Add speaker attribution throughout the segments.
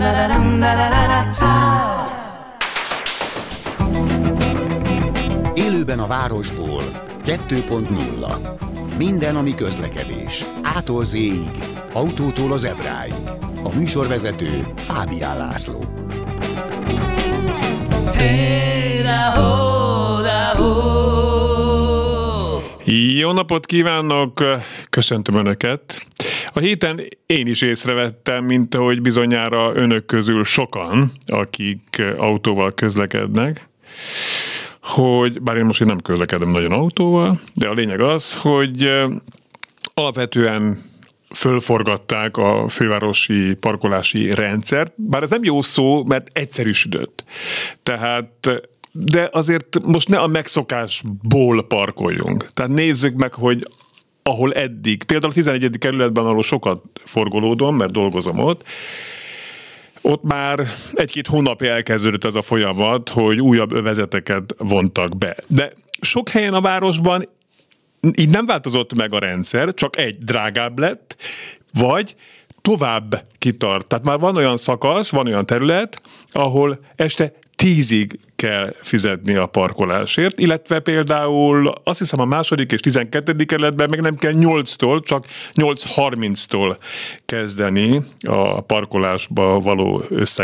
Speaker 1: Élőben a városból 2.0. Minden, ami közlekedés. A-tól Z-ig, autótól az ebráig. A műsorvezető Fábián László.
Speaker 2: Jó napot kívánok! Köszöntöm Önöket! A héten én is észrevettem, mint ahogy bizonyára Önök közül sokan, akik autóval közlekednek, hogy, bár én most nem közlekedem nagyon autóval, de a lényeg az, hogy alapvetően fölforgatták a fővárosi parkolási rendszert, bár ez nem jó szó, mert egyszerűsödött. Tehát, de azért most ne a megszokásból parkoljunk. Tehát nézzük meg, hogy ahol eddig, például a 11. kerületben, ahol sokat forgolódom, mert dolgozom ott már 1-2 hónapja elkezdődött ez a folyamat, hogy újabb övezeteket vontak be. De sok helyen a városban így nem változott meg a rendszer, csak drágább lett, vagy tovább kitart. Tehát már van olyan szakasz, van olyan terület, ahol este 10-ig kell fizetni a parkolásért, illetve például azt hiszem a 2. és 12. kerületben meg nem kell 8-tól, csak 8:30-tól kezdeni a parkolásba való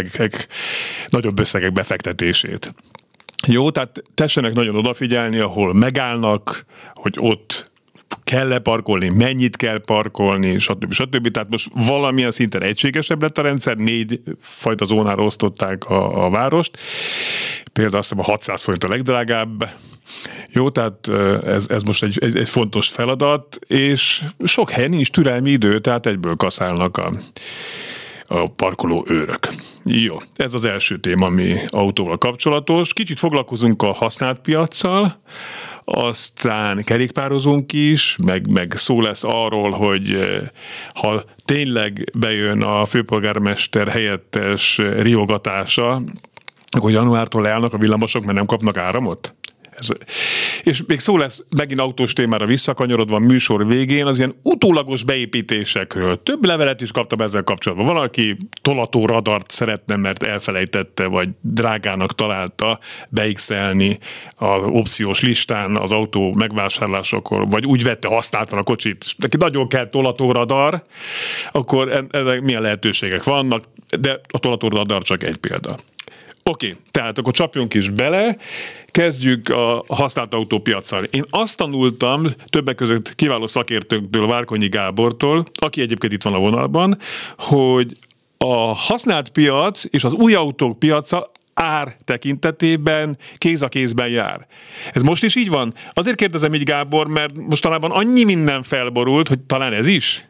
Speaker 2: nagyobb összegek befektetését. Jó, tehát tessenek nagyon odafigyelni, ahol megállnak, hogy ott kell-e parkolni, mennyit kell parkolni, stb. Tehát most valamilyen szinten egységesebb lett a rendszer, 4 fajta zónára osztották a várost. Például azt hiszem a 600 forint a legdrágább. Jó, tehát ez most egy fontos feladat, és sok helyen nincs türelmi idő, tehát egyből kaszálnak a parkoló őrök. Jó, ez az első téma, ami autóval kapcsolatos. Kicsit foglalkozunk a használt piaccal, aztán kerékpározunk is, meg szó lesz arról, hogy ha tényleg bejön a főpolgármester helyettes riogatása, akkor januártól leállnak a villamosok, mert nem kapnak áramot? És még szó lesz megint autós témára visszakanyarodva a műsor végén az ilyen utólagos beépítésekről. Több levelet is kaptam ezzel kapcsolatban. Valaki tolató radart szeretne, mert elfelejtette, vagy drágának találta beixelni az opciós listán az autó megvásárlásakor, vagy úgy vette használtan a kocsit, neki nagyon kell tolató radar, akkor milyen lehetőségek vannak, de a tolató radar csak egy példa. Oké, tehát akkor csapjunk is bele, kezdjük a használt autópiaccal. Én azt tanultam többek között kiváló szakértőktől, Várkonyi Gábortól, aki egyébként itt van a vonalban, hogy a használt piac és az új autók piaca ár tekintetében kéz a kézben jár. Ez most is így van? Azért kérdezem így, Gábor, mert mostanában annyi minden felborult, hogy talán ez is?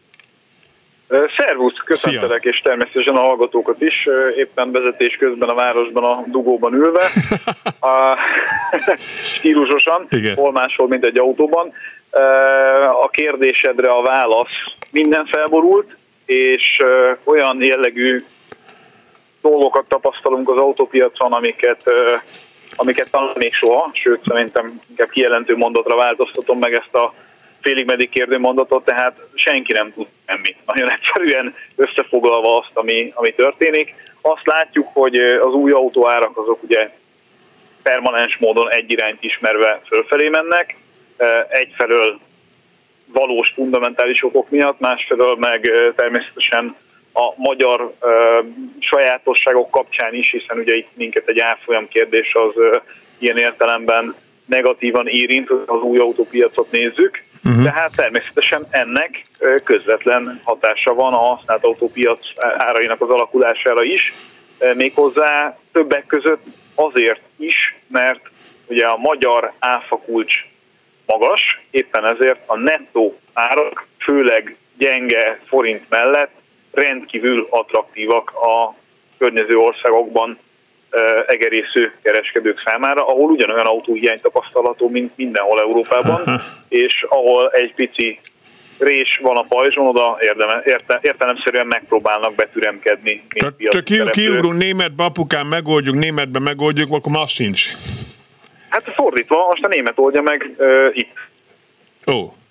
Speaker 3: Szervusz, köszöntelek, és természetesen a hallgatókat is, éppen vezetés közben a városban a dugóban ülve, stílusosan, igen. Hol máshol, mint egy autóban. A kérdésedre a válasz: minden felborult, és olyan jellegű dolgokat tapasztalunk az autópiacon, amiket talán még soha, sőt szerintem inkább kijelentő mondatra változtatom meg ezt a félig meddig kérdő mondatot, tehát senki nem tud semmit. Nagyon egyszerűen összefoglalva azt, ami történik. Azt látjuk, hogy az új autóárak azok ugye permanens módon egy irányt ismerve fölfelé mennek. Egyfelől valós fundamentális okok miatt, másfelől meg természetesen a magyar sajátosságok kapcsán is, hiszen ugye itt minket egy árfolyam kérdés az ilyen értelemben negatívan érint, az új autópiacot nézzük. Tehát természetesen ennek közvetlen hatása van a használt autópiac árainak az alakulására is, méghozzá többek között azért is, mert ugye a magyar áfakulcs magas, éppen ezért a nettó árak, főleg gyenge forint mellett rendkívül attraktívak a környező országokban egerésző kereskedők számára, ahol ugyanolyan autóhiány tapasztalható, mint mindenhol Európában, és ahol egy pici rés van a pajzson, oda értelemszerűen megpróbálnak betüremkedni.
Speaker 2: Csak kiugrunk németbe, apukám, németbe megoldjuk, akkor más sincs.
Speaker 3: Hát fordítva, most a német oldja meg itt.
Speaker 2: Ó.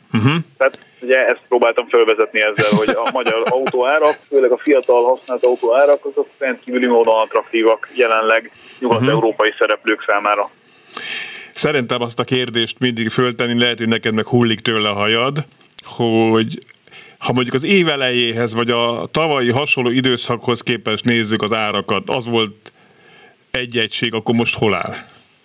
Speaker 3: Tehát ugye ezt próbáltam felvezetni ezzel, hogy a magyar autóárak, főleg a fiatal használt autóárak, azok rendkívüli módon attraktívak jelenleg nyugat-európai szereplők számára.
Speaker 2: Szerintem azt a kérdést mindig föltenni, lehet, hogy neked meg hullik tőle a hajad, hogy ha mondjuk az év elejéhez, vagy a tavalyi hasonló időszakhoz képest nézzük az árakat, az volt egy egység, akkor most hol áll?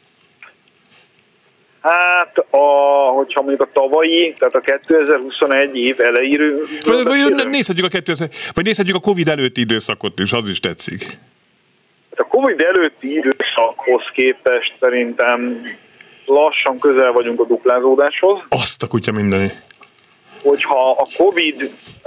Speaker 3: Hát, hogyha mondjuk a tavalyi, tehát a 2021 év elejéről...
Speaker 2: Nézhetjük a Covid előtti időszakot is, az is tetszik.
Speaker 3: Hát a Covid előtti időszakhoz képest szerintem lassan közel vagyunk a duplázódáshoz.
Speaker 2: Azt a kutya mindeni.
Speaker 3: Hogyha a Covid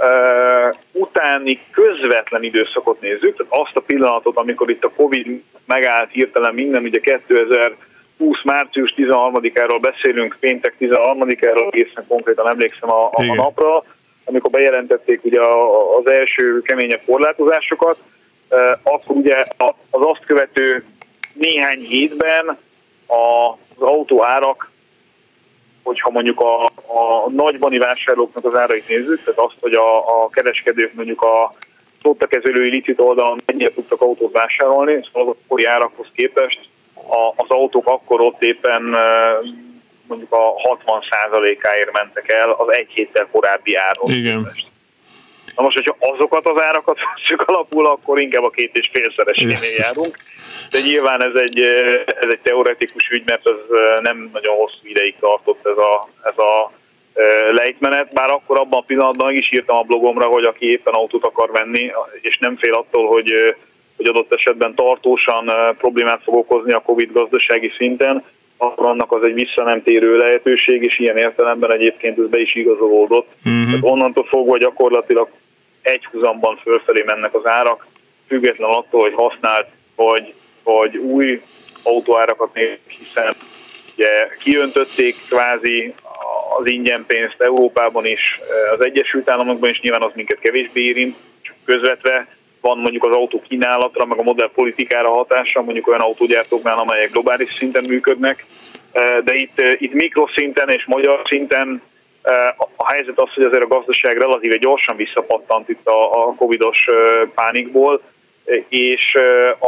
Speaker 3: utáni közvetlen időszakot nézzük, tehát azt a pillanatot, amikor itt a Covid megállt hirtelen minden, ugye 2020. március 13-áról beszélünk, péntek 13-áról, egészen konkrétan emlékszem a napra, amikor bejelentették ugye az első keményebb korlátozásokat, akkor ugye az azt követő néhány hétben az autóárak, hogyha mondjuk a nagybani vásárlóknak az árait nézzük, tehát azt, hogy a kereskedők mondjuk a szóttakezelői licit oldalon mennyire tudtak autót vásárolni, szóval az akkori árakhoz képest az autók akkor ott éppen mondjuk a 60%-áért mentek el az egy héttel korábbi árhoz.
Speaker 2: Igen.
Speaker 3: Na most, hogyha azokat az árakat veszük alapul, akkor inkább a 2,5-szeresénél járunk. De nyilván ez egy teoretikus ügy, mert ez nem nagyon hosszú ideig tartott ez a lejtmenet, bár akkor abban a pillanatban meg is írtam a blogomra, hogy aki éppen autót akar venni, és nem fél attól, hogy adott esetben tartósan problémát fog okozni a Covid gazdasági szinten, akkor annak az egy visszanemtérő lehetőség, és ilyen értelemben egyébként ez be is igazolódott. Tehát onnantól fogva gyakorlatilag egyhuzamban fölfelé mennek az árak, független attól, hogy használt vagy új autóárakat nézünk, hiszen ugye kiöntötték kvázi az ingyenpénzt Európában is, az Egyesült Államokban is, nyilván az minket kevésbé érint, csak közvetve van mondjuk az autó kínálatra, meg a modellpolitikára hatása, mondjuk olyan autógyártóknál, amelyek globális szinten működnek, de itt mikroszinten és magyar szinten a helyzet az, hogy azért a gazdaság relatíve gyorsan visszapattant itt a covidos pánikból, és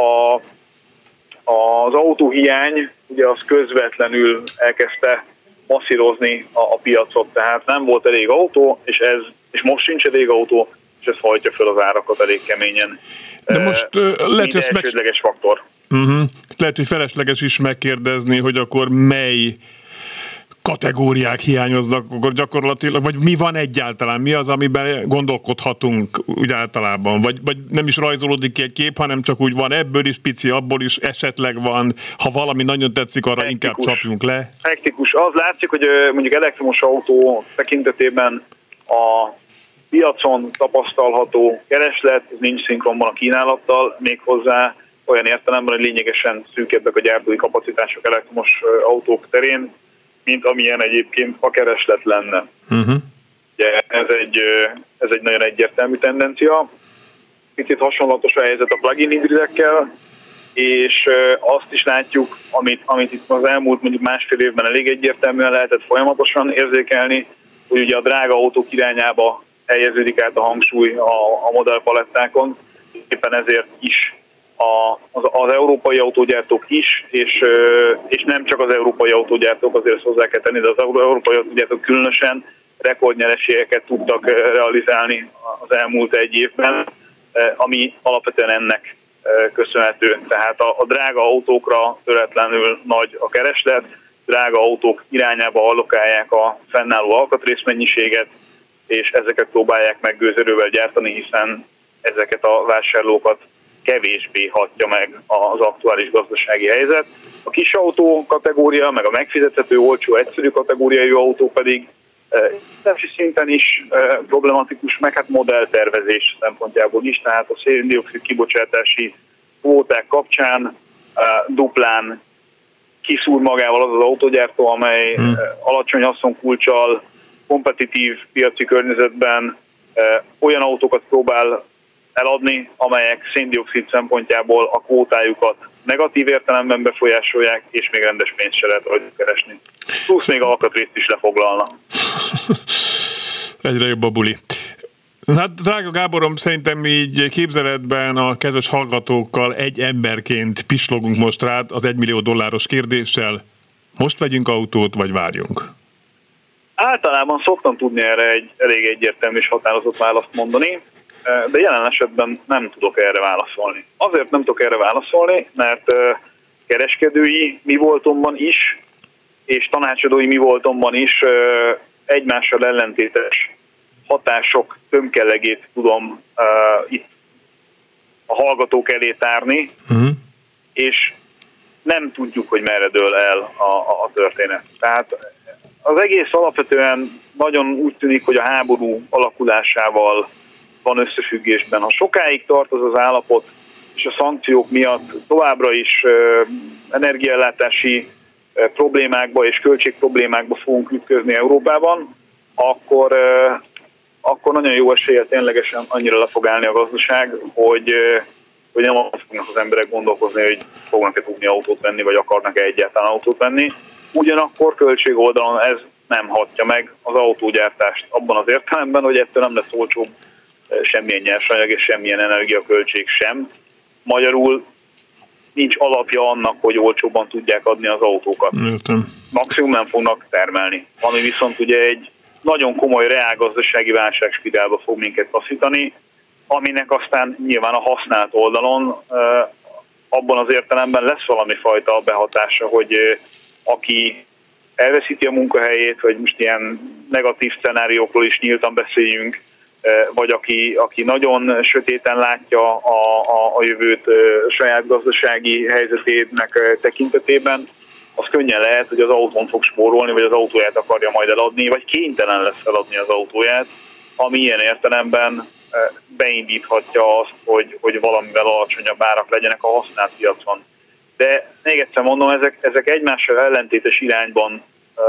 Speaker 3: az autóhiány ugye az közvetlenül elkezdte masszírozni a piacot, tehát nem volt elég autó, és most sincs elég autó, és ez hajtja fel az árakat elég keményen.
Speaker 2: De most lehet, hogy
Speaker 3: elsődleges faktor.
Speaker 2: Lehet, hogy felesleges is megkérdezni, hogy akkor mely kategóriák hiányoznak, akkor gyakorlatilag, vagy mi van egyáltalán, mi az, amiben gondolkodhatunk úgy általában, vagy nem is rajzolódik ki egy kép, hanem csak úgy van ebből is pici, abból is esetleg van, ha valami nagyon tetszik, arra inkább csapjunk le.
Speaker 3: Hektikus. Az látszik, hogy mondjuk elektromos autó tekintetében a piacon tapasztalható kereslet nincs szinkronban a kínálattal, méghozzá olyan értelemben, hogy lényegesen szűkebbek a gyártói kapacitások elektromos autók terén, mint amilyen egyébként a kereslet lenne. Ugye ez egy nagyon egyértelmű tendencia. Picit hasonlatos a helyzet a plug-in hibridekkel, és azt is látjuk, amit itt az elmúlt mondjuk másfél évben elég egyértelműen lehetett folyamatosan érzékelni, hogy ugye a drága autók irányába helyeződik át a hangsúly a modellpalettákon, éppen ezért is az európai autógyártók is, és nem csak az európai autógyártók, azért ezt hozzá kell tenni, de az európai autógyártók különösen rekordnyereségeket tudtak realizálni az elmúlt egy évben, ami alapvetően ennek köszönhető. Tehát a drága autókra töretlenül nagy a kereslet, drága autók irányába allokálják a fennálló alkatrészmennyiséget, és ezeket próbálják meg gőzerővel gyártani, hiszen ezeket a vásárlókat kevésbé hatja meg az aktuális gazdasági helyzet. A kis autó kategória, meg a megfizethető, olcsó, egyszerű kategóriájú autó pedig szinten is problematikus, meg hát modelltervezés szempontjából is, tehát a szén-dioxid kibocsátási kvóták kapcsán duplán kiszúr magával az autógyártó, amely alacsony haszonkulccsal, kompetitív piaci környezetben olyan autókat próbál eladni, amelyek szén-dioxid szempontjából a kvótájukat negatív értelemben befolyásolják, és még rendes pénzt se lehet rajtuk keresni. Plusz még alkatrészt is lefoglalna.
Speaker 2: Egyre jobb a buli. Hát, drága Gáborom, szerintem így képzeletben a kedves hallgatókkal egy emberként pislogunk most rád az $1 millió kérdéssel. Most vegyünk autót, vagy várjunk?
Speaker 3: Általában szoktam tudni erre egy elég egyértelmű és határozott választ mondani, de jelen esetben nem tudok erre válaszolni. Azért nem tudok erre válaszolni, mert kereskedői mi voltomban is, és tanácsadói mi voltomban is egymással ellentétes hatások tömkellegét tudom itt a hallgatók elé tárni, és nem tudjuk, hogy merre dől el a történet. Tehát az egész alapvetően nagyon úgy tűnik, hogy a háború alakulásával van összefüggésben. Ha sokáig tart az állapot, és a szankciók miatt továbbra is energiaellátási problémákba és költségproblémákba fogunk ütközni Európában, akkor nagyon jó eséllyel ténylegesen annyira le fog állni a gazdaság, hogy nem fognak az emberek gondolkozni, hogy fognak-e tudni autót venni, vagy akarnak-e egyáltalán autót venni. Ugyanakkor költség oldalon ez nem hatja meg az autógyártást abban az értelemben, hogy ettől nem lesz olcsóbb semmilyen nyersanyag és semmilyen energiaköltség sem. Magyarul nincs alapja annak, hogy olcsóbban tudják adni az autókat. Maximum nem fognak termelni. Ami viszont ugye egy nagyon komoly reálgazdasági válságspirálba fog minket taszítani, aminek aztán nyilván a használt oldalon abban az értelemben lesz valami fajta behatása, hogy aki elveszíti a munkahelyét, vagy most ilyen negatív szenáriókról is nyíltan beszéljünk, vagy aki nagyon sötéten látja a jövőt saját gazdasági helyzetének tekintetében, az könnyen lehet, hogy az autón fog spórolni, vagy az autóját akarja majd eladni, vagy kénytelen lesz eladni az autóját, ami ilyen értelemben beindíthatja azt, hogy valamivel alacsonyabb árak legyenek a használt piacon. De még egyszer mondom, ezek egymással ellentétes irányban,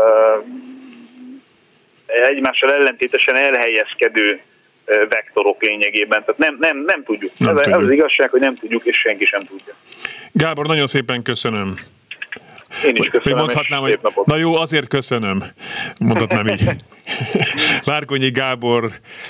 Speaker 3: egymással ellentétesen elhelyezkedő vektorok lényegében. Tehát nem tudjuk. Ez az igazság, hogy nem tudjuk, és senki sem tudja.
Speaker 2: Gábor, nagyon szépen köszönöm.
Speaker 3: Én is köszönöm,
Speaker 2: mondhatnám, hogy na jó, azért köszönöm. Mondhatnám így. Várkonyi Gábor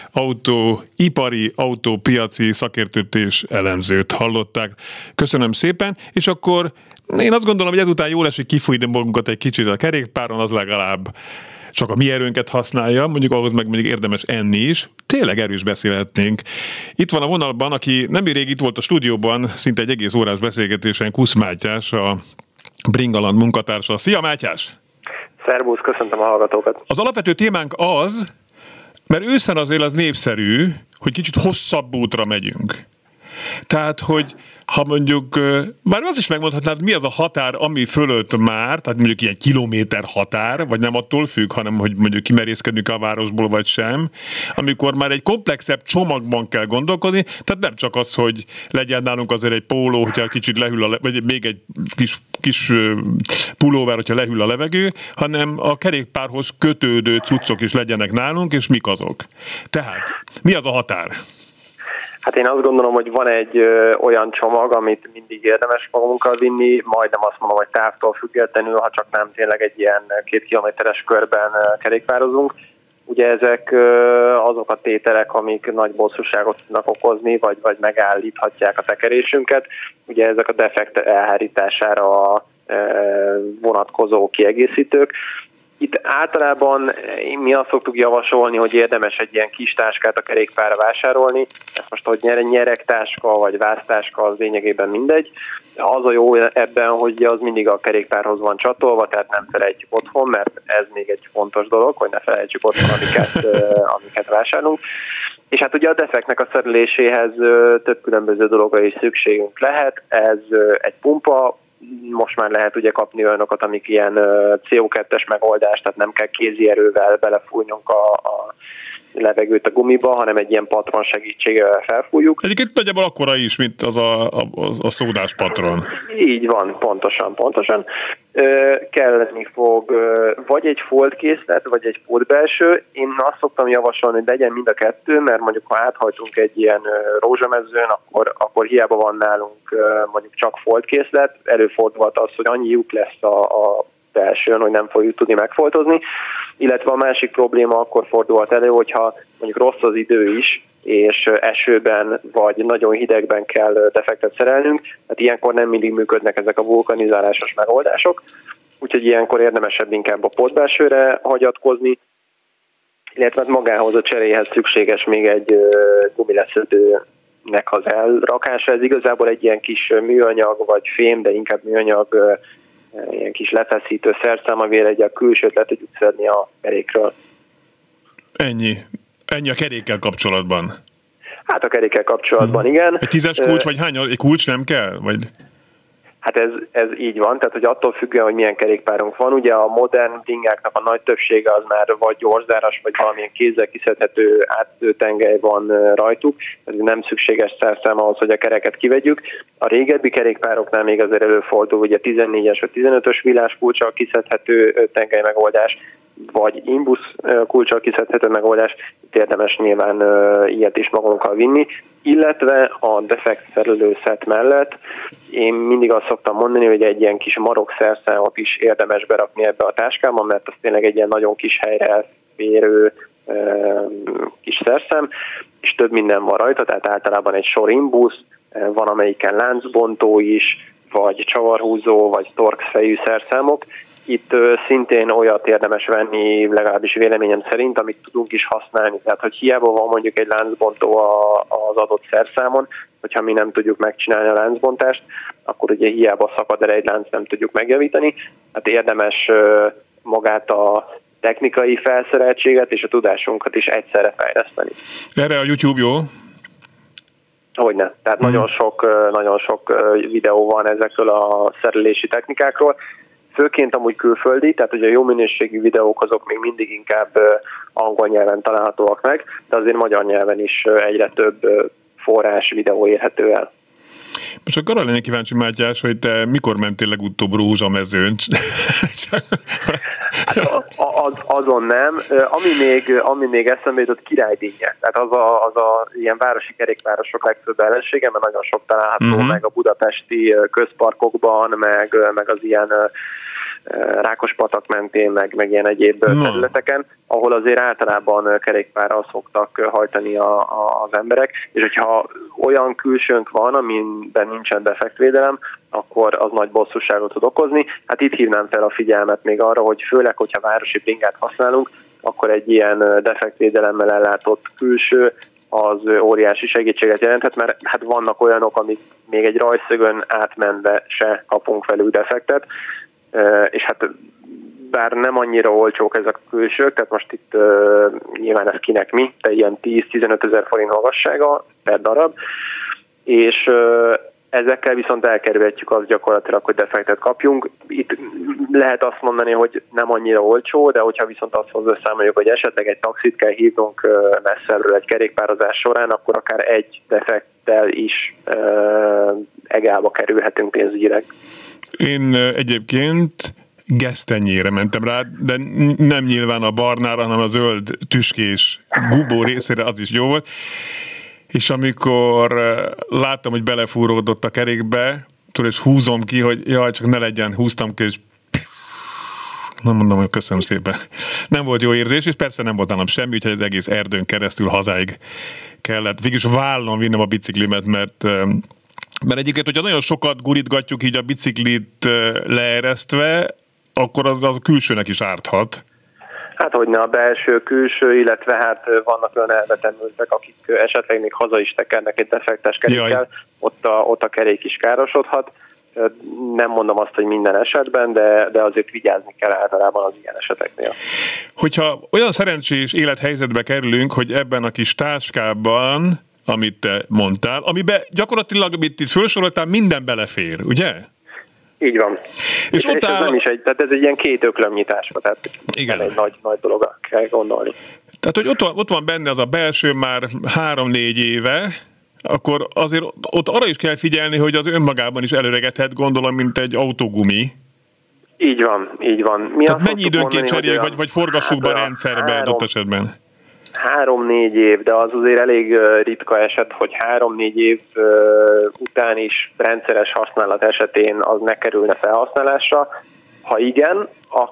Speaker 2: autópiaci szakértőt és elemzőt hallották. Köszönöm szépen, és akkor én azt gondolom, hogy ezután jól esik kifújni magunkat egy kicsit a kerékpáron, az legalább csak a mi erőnket használja, mondjuk ahhoz meg mondjuk érdemes enni is. Tényleg erős beszélhetnénk. Itt van a vonalban, aki nem rég itt volt a stúdióban, szinte egy egész órás beszélgetésen, Kusz Mátyás, a Bringaland munkatársa. Szia, Mátyás!
Speaker 4: Szervusz, köszöntöm a hallgatókat! Az
Speaker 2: alapvető témánk az, mert őszen azért az népszerű, hogy kicsit hosszabb útra megyünk. Tehát, hogy ha mondjuk, már az is megmondhatnád, mi az a határ, ami fölött már, tehát mondjuk ilyen kilométer határ, vagy nem attól függ, hanem hogy mondjuk kimerészkedünk a városból, vagy sem, amikor már egy komplexebb csomagban kell gondolkodni, tehát nem csak az, hogy legyen nálunk azért egy póló, hogyha kicsit lehűl vagy még egy kis pulóver, hogyha lehűl a levegő, hanem a kerékpárhoz kötődő cuccok is legyenek nálunk, és mik azok. Tehát, mi az a határ?
Speaker 4: Hát én azt gondolom, hogy van egy olyan csomag, amit mindig érdemes magunkkal vinni, majdnem azt mondom, hogy távtól függetlenül, ha csak nem tényleg egy ilyen 2 kilométeres körben kerékpározunk. Ugye ezek azok a tételek, amik nagy bosszúságot tudnak okozni, vagy megállíthatják a tekerésünket. Ugye ezek a defekt elhárítására vonatkozó kiegészítők. Itt általában mi azt szoktuk javasolni, hogy érdemes egy ilyen kis táskát a kerékpárra vásárolni. Ezt most, hogy nyeregtáska vagy vásztáska, az lényegében mindegy. Az a jó ebben, hogy az mindig a kerékpárhoz van csatolva, tehát nem felejtjük otthon, mert ez még egy fontos dolog, hogy ne felejtsük otthon, amiket vásárolunk. És hát ugye a defektnek a szereléséhez több különböző dologra is szükségünk lehet. Ez egy pumpa, most már lehet ugye kapni olyanokat, amik ilyen CO2-es megoldás, tehát nem kell kézi erővel belefújnunk a levegőt a gumiba, hanem egy ilyen patron segítségével felfújjuk.
Speaker 2: Egyébként nagyjából akkora is, mint az a szódás patron.
Speaker 4: Így van, pontosan. Kelleni fog vagy egy foldkészlet, vagy egy foldbelső. Én azt szoktam javasolni, hogy legyen mind a kettő, mert mondjuk ha áthajtunk egy ilyen rózsamezőn, akkor hiába van nálunk mondjuk csak foldkészlet, előfordulhat az, hogy annyi lyuk lesz a belsőn, hogy nem fogjuk tudni megfoltozni, illetve a másik probléma akkor fordulhat elő, hogyha mondjuk rossz az idő is, és esőben vagy nagyon hidegben kell defektet szerelnünk, tehát ilyenkor nem mindig működnek ezek a vulkanizálásos megoldások, úgyhogy ilyenkor érdemesebb inkább a pótbelsőre hagyatkozni, illetve magához a cseréhez szükséges még egy gumileszedőnek az elrakása. Ez igazából egy ilyen kis műanyag vagy fém, de inkább műanyag, ilyen kis lefeszítő szerszám, amivel egy a külsőt le tudjuk szedni a kerékről.
Speaker 2: Ennyi a kerékkel kapcsolatban?
Speaker 4: Hát a kerékkel kapcsolatban, igen.
Speaker 2: Egy 10-es kulcs, vagy hány? Egy kulcs nem kell? Vagy...
Speaker 4: Hát ez így van, tehát hogy attól függően, hogy milyen kerékpárunk van. Ugye a modern bringáknak a nagy többsége az már vagy gyorszáras, vagy valamilyen kézzel kiszedhető átszőtengely van rajtuk. Ez nem szükséges szerszám ahhoz, hogy a kereket kivegyük. A régebbi kerékpároknál még azért előfordul, ugye 14-es vagy 15-ös villás kulccsal kiszedhető tengely megoldás, vagy imbusz kulccsal kiszedhető megoldás, itt érdemes nyilván ilyet is magunkkal vinni, illetve a defekt szerelő szett mellett én mindig azt szoktam mondani, hogy egy ilyen kis marok szerszámot is érdemes berakni ebbe a táskába, mert az tényleg egy ilyen nagyon kis helyre elférő kis szerszám, és több minden van rajta, tehát általában egy sor imbusz, van amelyiken láncbontó is, vagy csavarhúzó, vagy Torx fejű szerszámok. Itt szintén olyat érdemes venni, legalábbis véleményem szerint, amit tudunk is használni. Tehát, hogy hiába van mondjuk egy láncbontó az adott szerszámon, hogyha mi nem tudjuk megcsinálni a láncbontást, akkor ugye hiába szakad el egy lánc, nem tudjuk megjavítani. Hát érdemes magát a technikai felszereltséget és a tudásunkat is egyszerre fejleszteni.
Speaker 2: Erre a YouTube jó?
Speaker 4: Hogyne. Tehát nagyon sok videó van ezekről a szerelési technikákról. Főként amúgy külföldi, tehát ugye a jó minőségű videók azok még mindig inkább angol nyelven találhatóak meg, de azért magyar nyelven is egyre több forrás videó érhető el.
Speaker 2: Most akkor arra lennék kíváncsi, Mátyás, hogy te mikor mentél legutóbb rózsamezőn?
Speaker 4: Azon nem. Ami még eszembe jutott, királydínnye. Tehát az a ilyen városi kerékpárosok legfőbb ellensége, mert nagyon sok található meg a budapesti közparkokban, meg az ilyen Rákospatak mentén, meg ilyen egyéb területeken, ahol azért általában kerékpárral szoktak hajtani az emberek, és hogyha olyan külsőnk van, amiben nincsen defektvédelem, akkor az nagy bosszúságot tud okozni. Hát itt hívnám fel a figyelmet még arra, hogy főleg, hogyha városi bringát használunk, akkor egy ilyen defektvédelemmel ellátott külső az óriási segítséget jelenthet, mert hát vannak olyanok, amik még egy rajszögön átmenve se kapunk velük defektet, és hát bár nem annyira olcsók ezek a külsők, tehát most itt nyilván ez kinek mi, de ilyen 10-15 ezer forint magassága per darab, és ezekkel viszont elkerülhetjük azt gyakorlatilag, hogy defektet kapjunk. Itt lehet azt mondani, hogy nem annyira olcsó, de hogyha viszont azt hozzászámoljuk, hogy esetleg egy taxit kell hívnunk messzebbről egy kerékpározás során, akkor akár egy defekttel is egába kerülhetünk pénzügyileg.
Speaker 2: Én egyébként gesztenyére mentem rá, de nem nyilván a barnára, hanem a zöld tüskés gubó részére, az is jó volt. És amikor láttam, hogy belefúródott a kerékbe, tudod, és húzom ki, hogy jaj, csak ne legyen, húztam ki, és nem mondom, hogy köszönöm szépen. Nem volt jó érzés, és persze nem volt nálam semmi, úgyhogy az egész erdőn keresztül hazáig kellett. Végülis vállon vinnem a biciklimet, mert egyébként, hogyha nagyon sokat gurítgatjuk így a biciklit leeresztve, akkor az a külsőnek is árthat.
Speaker 4: Hát hogyne, a belső, külső, illetve hát vannak olyan elvetemültek, akik esetleg még haza is tekernek egy defektes kerékkel, ott a kerék is károsodhat. Nem mondom azt, hogy minden esetben, de azért vigyázni kell általában az ilyen eseteknél.
Speaker 2: Hogyha olyan szerencsés élethelyzetbe kerülünk, hogy ebben a kis táskában, amit te mondtál, amiben gyakorlatilag, amit itt felsoroltál, minden belefér, ugye?
Speaker 4: Így van.
Speaker 2: És
Speaker 4: ez nem is tehát ez egy ilyen 2 öklömnyi táska, tehát igen. Egy nagy dolog kell gondolni.
Speaker 2: Tehát, hogy ott van benne az a belső már 3-4 éve, akkor azért ott arra is kell figyelni, hogy az önmagában is előregedhet, gondolom, mint egy autógumi.
Speaker 4: Így van.
Speaker 2: Tehát mennyi időnként cseréljük, vagy forgassuk be a rendszerbe adott esetben?
Speaker 4: 3-4 év, de az azért elég ritka eset, hogy 3-4 év után is rendszeres használat esetén az ne kerülne felhasználásra. Ha igen,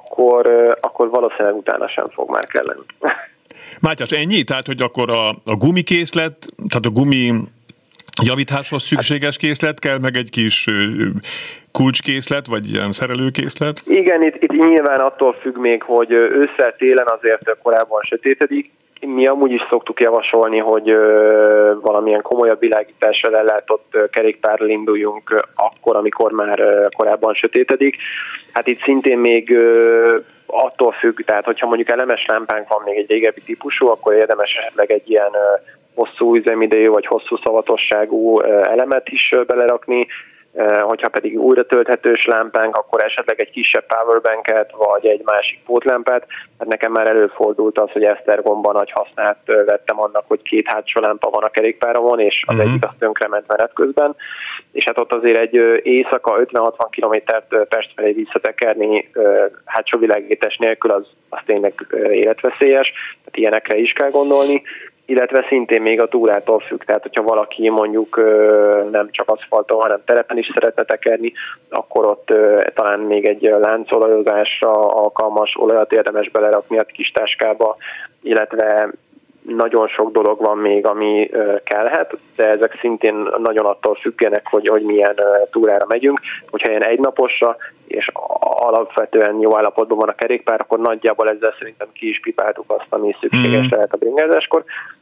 Speaker 4: akkor valószínűleg utána sem fog már kelleni.
Speaker 2: Mátyás, ennyi? Tehát, hogy akkor a gumikészlet, tehát a gumi javításhoz szükséges készlet kell, meg egy kis kulcskészlet, vagy ilyen szerelőkészlet?
Speaker 4: Igen, itt nyilván attól függ még, hogy ősszel, télen azért korábban sötétedik. Mi amúgy is szoktuk javasolni, hogy valamilyen komolyabb világítással ellátott kerékpárral induljunk akkor, amikor már korábban sötétedik. Hát itt szintén még attól függ, tehát hogyha mondjuk elemes lámpánk van még egy régebbi típusú, akkor érdemes esetleg egy ilyen hosszú üzemidejű vagy hosszú szavatosságú elemet is belerakni. Hogyha pedig újra tölthetős lámpánk, akkor esetleg egy kisebb powerbanket, vagy egy másik pótlámpát. Hát nekem már előfordult az, hogy Esztergomban nagy hasznát vettem annak, hogy 2 hátsó lámpa van a kerékpáromon, és az egyik az tönkrement menet közben. És hát ott azért egy éjszaka 50-60 kilométert Pest felé visszatekerni hátsó világítás nélkül az tényleg életveszélyes, tehát ilyenekre is kell gondolni. Illetve szintén még a túrától függ, tehát hogyha valaki mondjuk nem csak aszfalton, hanem terepen is szeretne tekerni, akkor ott talán még egy láncolajozásra alkalmas olajat érdemes belerakni a kis táskába, illetve nagyon sok dolog van még, ami kellhet, de ezek szintén nagyon attól függenek, hogy milyen túrára megyünk. Hogyha ilyen egynaposra, és alapvetően jó állapotban van a kerékpár, akkor nagyjából ezzel szerintem ki is pipáltuk azt, ami szükséges lehet a bringázáskor.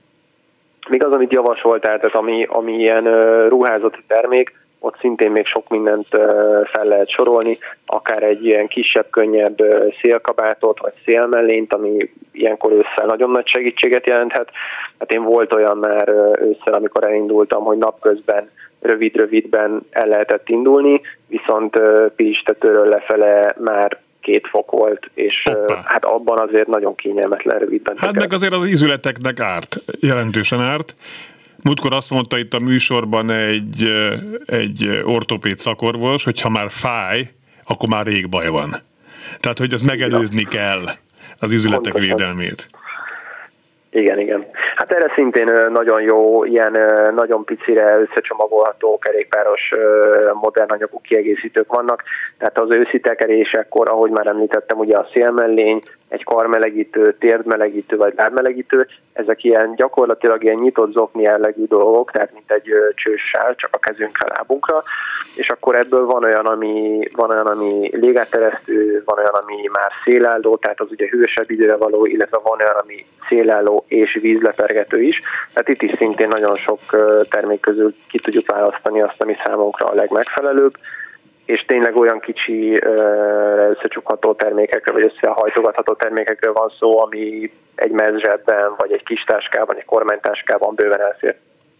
Speaker 4: Még az, amit javasoltál, tehát ami ilyen ruházati termék, ott szintén még sok mindent fel lehet sorolni, akár egy ilyen kisebb, könnyebb szélkabátot, vagy szélmellényt, ami ilyenkor ősszel nagyon nagy segítséget jelenthet. Hát én volt olyan már ősszel, amikor elindultam, hogy napközben rövidben el lehetett indulni, viszont Pilistetőről lefele már 2 fok volt, és hát abban azért nagyon kényelmetlen rövidben.
Speaker 2: Hát meg azért az ízületeknek árt, jelentősen árt. Múltkor azt mondta itt a műsorban egy ortopéd szakorvos, hogy ha már fáj, akkor már rég baj van. Tehát, hogy ezt megelőzni kell, az ízületek védelmét.
Speaker 4: Igen. Hát erre szintén nagyon jó, ilyen nagyon picire összecsomagolható kerékpáros modern anyagú kiegészítők vannak. Tehát az őszi tekerésekkor, ahogy már említettem, ugye a szélmellény, egy karmelegítő, térdmelegítő vagy lábmelegítő, ezek ilyen gyakorlatilag ilyen nyitott zokni jellegű dolgok, tehát mint egy csőssál, csak a kezünkre, lábunkra, és akkor ebből van olyan, ami légáteresztő, van olyan, ami már szélálló, tehát az ugye hűvösebb időre való, illetve van olyan, ami szélálló és vízlepergető is. Tehát itt is szintén nagyon sok termék közül ki tudjuk választani azt, ami számunkra a legmegfelelőbb, és tényleg olyan kicsi összecsukható termékekről, vagy összehajtogatható termékekről van szó, ami egy mezzsebben, vagy egy kis táskában, egy kormánytáskában bőven elfér.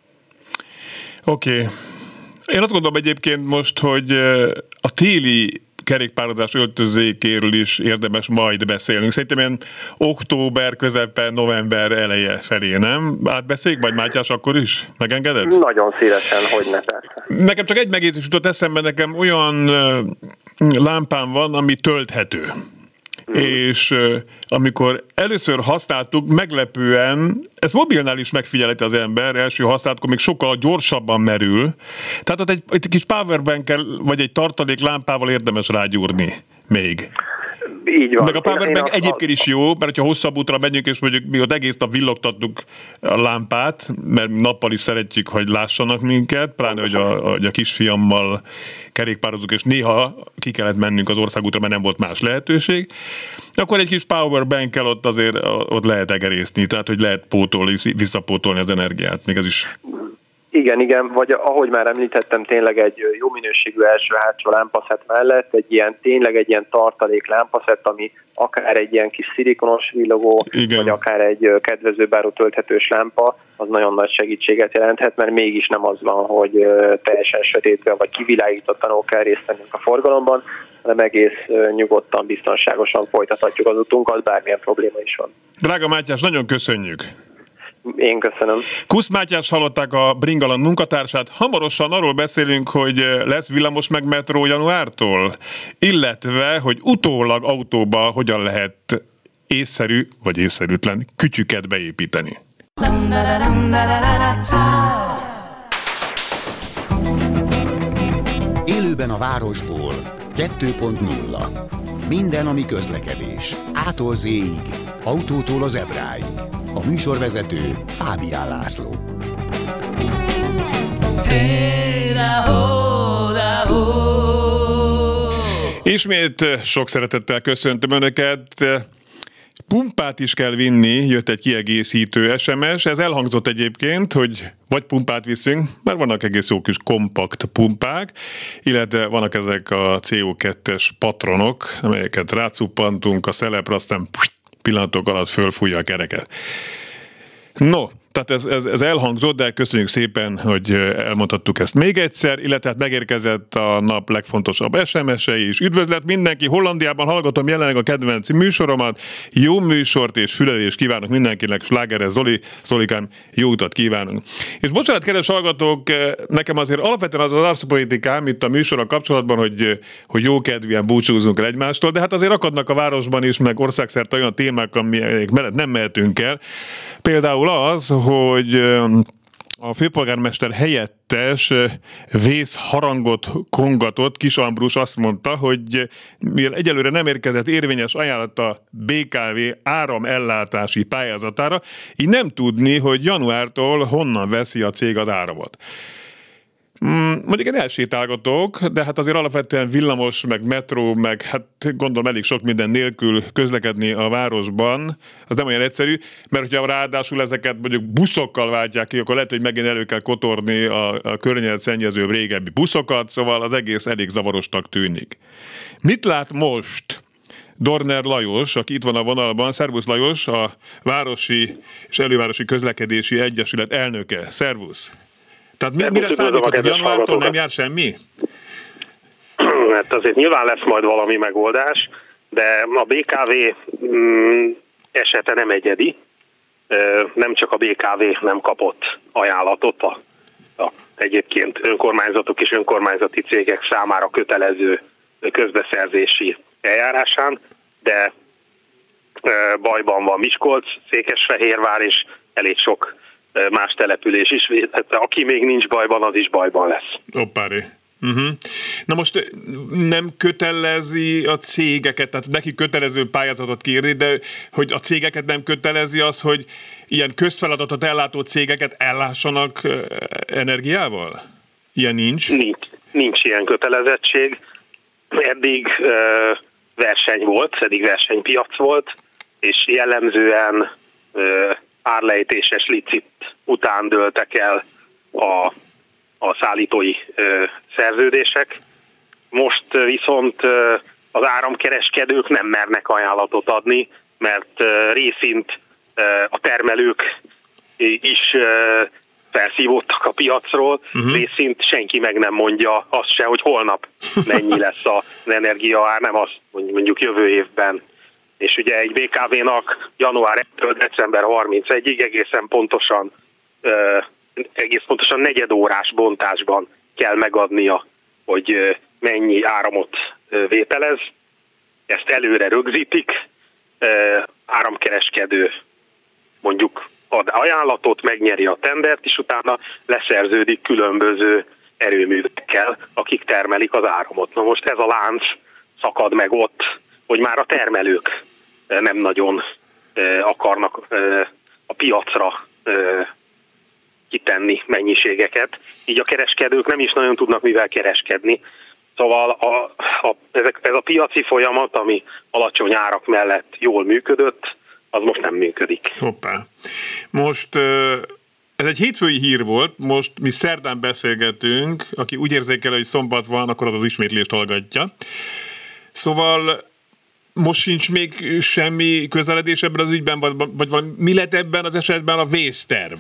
Speaker 2: Oké. Én azt gondolom egyébként most, hogy a téli kerékpározás öltözékéről is érdemes majd beszélnünk. Szerintem ilyen október közepe, november eleje felé, nem? Átbeszéljük majd, Mátyás, akkor is? Megengeded?
Speaker 4: Nagyon szívesen, hogyne persze.
Speaker 2: Nekem csak egy megjegyzés jutott eszembe, nekem olyan lámpám van, ami tölthető. És amikor először használtuk, meglepően, ezt mobilnál is megfigyelheti az ember, első használatkor még sokkal gyorsabban merül. Tehát ott egy kis powerbankkel, vagy egy tartalék lámpával érdemes rágyúrni még.
Speaker 4: Így van.
Speaker 2: Meg a powerbank egyébként is jó, mert ha hosszabb útra megyünk, és mondjuk mi ott egész nap villogtattuk a lámpát, mert nappal is szeretjük, hogy lássanak minket, pláne, hogy a kisfiammal kerékpározunk, és néha ki kellett mennünk az országútra, mert nem volt más lehetőség, akkor egy kis powerbankkel ott azért ott lehet egerészni, tehát hogy lehet visszapótolni az energiát, még ez is.
Speaker 4: Igen, vagy ahogy már említettem, tényleg egy jó minőségű első-hátsó lámpaszett mellett tényleg egy ilyen tartalék lámpaszett, ami akár egy ilyen kis szilikonos villogó, vagy akár egy kedvezőbáró tölthetős lámpa, az nagyon nagy segítséget jelenthet, mert mégis nem az van, hogy teljesen sötétben vagy kivilágítatlanul kell részt vennünk a forgalomban, hanem egész nyugodtan, biztonságosan folytathatjuk az utunkat, bármilyen probléma is van.
Speaker 2: Drága Mátyás, nagyon köszönjük!
Speaker 4: Én köszönöm.
Speaker 2: Kusz Mátyás hallották, a Bringaland munkatársát. Hamarosan arról beszélünk, hogy lesz villamos meg metró januártól, illetve, hogy utólag autóba hogyan lehet észszerű vagy észszerűtlen kütyüket beépíteni.
Speaker 1: Élőben a városból 2.0. Minden, ami közlekedés. A-tól Z-ig, autótól az Ebráig. A műsorvezető Fábián László.
Speaker 2: Ismét sok szeretettel köszöntöm Önöket. Pumpát is kell vinni, jött egy kiegészítő SMS. Ez elhangzott egyébként, hogy vagy pumpát viszünk, mert vannak egész jó kis kompakt pumpák, illetve vannak ezek a CO2-es patronok, amelyeket rácuppantunk a szelepre, aztán pillanatok alatt fölfújja a kereket. No, tehát ez elhangzott, de köszönjük szépen, hogy elmondhattuk ezt még egyszer, illetve hát megérkezett a nap legfontosabb SMS-e is. Üdvözlet mindenki, Hollandiában hallgatom jelenleg a kedvenc műsoromat, jó műsort és fülelést kívánok mindenkinek, Slágeres Zolikám, jó utat kívánunk. És bocsánat, kedves hallgatók, nekem azért alapvetően az arszpolitikám itt a műsorral kapcsolatban, hogy jókedvűen búcsúzunk el egymástól, de hát azért akadnak a városban is, meg országszerte olyan témák, amelyek mellett nem mehetünk el. Például az, hogy a főpolgármester helyettes vészharangot kongatott, Kis Ambrus azt mondta, hogy mivel egyelőre nem érkezett érvényes ajánlat a BKV áramellátási pályázatára, így nem tudni, hogy januártól honnan veszi a cég az áramot. Mondjuk én elsétálgatok, de hát azért alapvetően villamos, meg metró, meg hát gondolom elég sok minden nélkül közlekedni a városban, az nem olyan egyszerű, mert hogyha ráadásul ezeket mondjuk buszokkal váltják ki, akkor lehet, hogy megint elő kell kotorni a környezetszennyezőbb régebbi buszokat, szóval az egész elég zavarosnak tűnik. Mit lát most Dorner Lajos, aki itt van a vonalban? Szervusz Lajos, a Városi és Elővárosi Közlekedési Egyesület elnöke. Szervusz! Tehát mire számítok, hogy januártól nem jár semmi?
Speaker 5: Hát azért nyilván lesz majd valami megoldás, de a BKV esete nem egyedi. Nem csak a BKV nem kapott ajánlatot a egyébként önkormányzatok és önkormányzati cégek számára kötelező közbeszerzési eljárásán, de bajban van Miskolc, Székesfehérvár és elég sok más település is, hát aki még nincs bajban, az is bajban lesz.
Speaker 2: Hoppári. Na most nem kötelezi a cégeket, tehát neki kötelező pályázatot kérni, de hogy a cégeket nem kötelezi az, hogy ilyen közfeladatot ellátó cégeket ellássanak energiával? Ilyen nincs?
Speaker 5: Nincs ilyen kötelezettség. Eddig verseny volt, eddig versenypiac volt, és jellemzően árlejtéses licit után dőltek el a szállítói szerződések. Most viszont az áramkereskedők nem mernek ajánlatot adni, mert részint a termelők is felszívódtak a piacról, részint senki meg nem mondja azt se, hogy holnap mennyi lesz az energiaár, nem azt mondjuk jövő évben. És ugye egy BKV-nak január 1-től december 31-ig egész pontosan negyedórás bontásban kell megadnia, hogy mennyi áramot vételez. Ezt előre rögzítik, áramkereskedő mondjuk ad ajánlatot, megnyeri a tendert, és utána leszerződik különböző erőművekkel, akik termelik az áramot. Na most ez a lánc szakad meg ott, hogy már a termelők nem nagyon akarnak a piacra kitenni mennyiségeket, így a kereskedők nem is nagyon tudnak mivel kereskedni. Szóval ez a piaci folyamat, ami alacsony árak mellett jól működött, az most nem működik.
Speaker 2: Hoppá. Most ez egy hétfői hír volt, most mi szerdán beszélgetünk, aki úgy érzékel, hogy szombat van, akkor az ismétlést hallgatja. Szóval most sincs még semmi közeledés ebben az ügyben, vagy mi lett ebben az esetben a vészterv?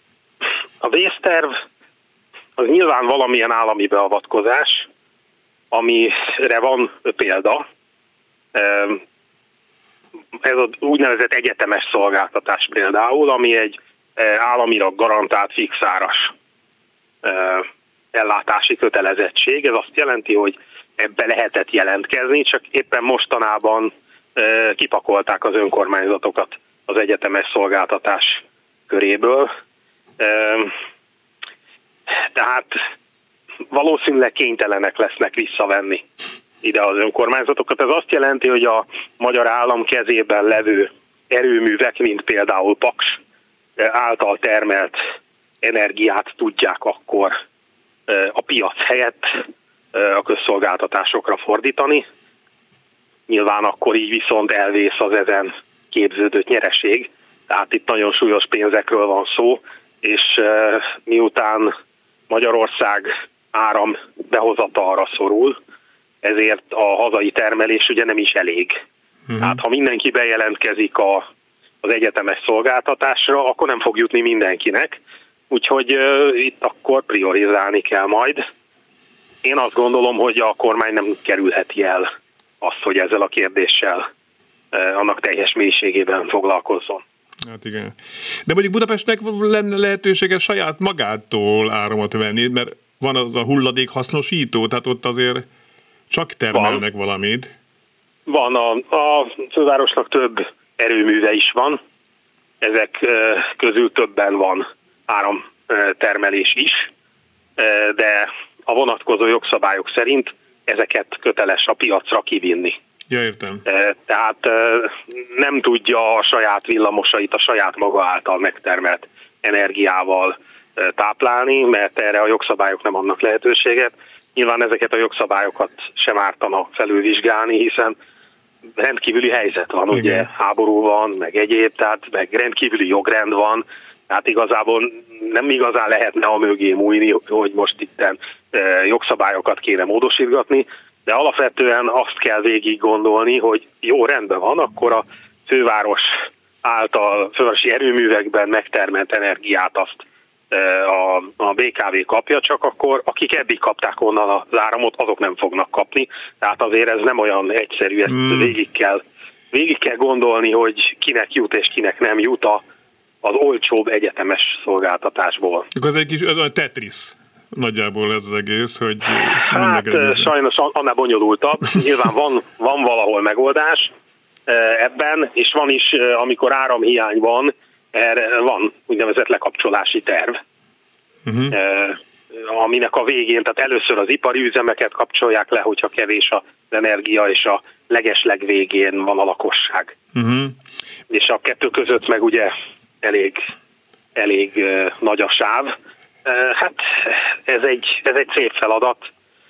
Speaker 5: A vészterv az nyilván valamilyen állami beavatkozás. amire van példa, ez az úgynevezett egyetemes szolgáltatás például, ami egy államilag garantált fixáras ellátási kötelezettség. Ez azt jelenti, hogy ebbe lehetett jelentkezni, csak éppen mostanában kipakolták az önkormányzatokat az egyetemes szolgáltatás köréből. Tehát valószínűleg kénytelenek lesznek visszavenni ide az önkormányzatokat. Ez azt jelenti, hogy a magyar állam kezében levő erőművek, mint például Paks által termelt energiát tudják akkor a piac helyett a közszolgáltatásokra fordítani. Nyilván akkor így viszont elvész az ezen képződött nyereség. Tehát itt nagyon súlyos pénzekről van szó, és miután Magyarország áram behozatalra szorul, ezért a hazai termelés ugye nem is elég. Tehát ha mindenki bejelentkezik az egyetemes szolgáltatásra, akkor nem fog jutni mindenkinek, úgyhogy itt akkor priorizálni kell majd. Én azt gondolom, hogy a kormány nem kerülheti el azt, hogy ezzel a kérdéssel annak teljes mélységében foglalkozzon.
Speaker 2: Hát igen. De mondjuk Budapestnek lenne lehetősége saját magától áramot venni, mert van az a hulladék hasznosító, tehát ott azért csak termelnek valamit.
Speaker 5: Van, a fővárosnak több erőműve is van, ezek közül többen van áramtermelés is, de a vonatkozó jogszabályok szerint ezeket köteles a piacra kivinni.
Speaker 2: Ja, értem.
Speaker 5: Tehát nem tudja a saját villamosait a saját maga által megtermelt energiával táplálni, mert erre a jogszabályok nem adnak lehetőséget. Nyilván ezeket a jogszabályokat sem ártana felülvizsgálni, hiszen rendkívüli helyzet van, igen. Ugye háború van, meg egyéb, tehát meg rendkívüli jogrend van, tehát igazából nem igazán lehetne a mögé múlni, hogy most itten jogszabályokat kéne módosítgatni, de alapvetően azt kell végig gondolni, hogy jó, rendben van, akkor a főváros által, fővárosi erőművekben megtermelt energiát azt a BKV kapja, csak akkor akik eddig kapták onnan az áramot, azok nem fognak kapni. Tehát azért ez nem olyan egyszerű, ezt végig kell gondolni, hogy kinek jut és kinek nem jut az olcsóbb egyetemes szolgáltatásból.
Speaker 2: Ez egy kis Tetris nagyjából ez az egész, hogy...
Speaker 5: Hát sajnos annál bonyolultabb. Nyilván van valahol megoldás ebben, és van is, amikor áramhiány van, erre van úgynevezett lekapcsolási terv, aminek a végén, tehát először az ipari üzemeket kapcsolják le, hogyha kevés az energia, és a legesleg végén van a lakosság. És a kettő között meg ugye elég nagy a sáv. Hát ez egy szép feladat.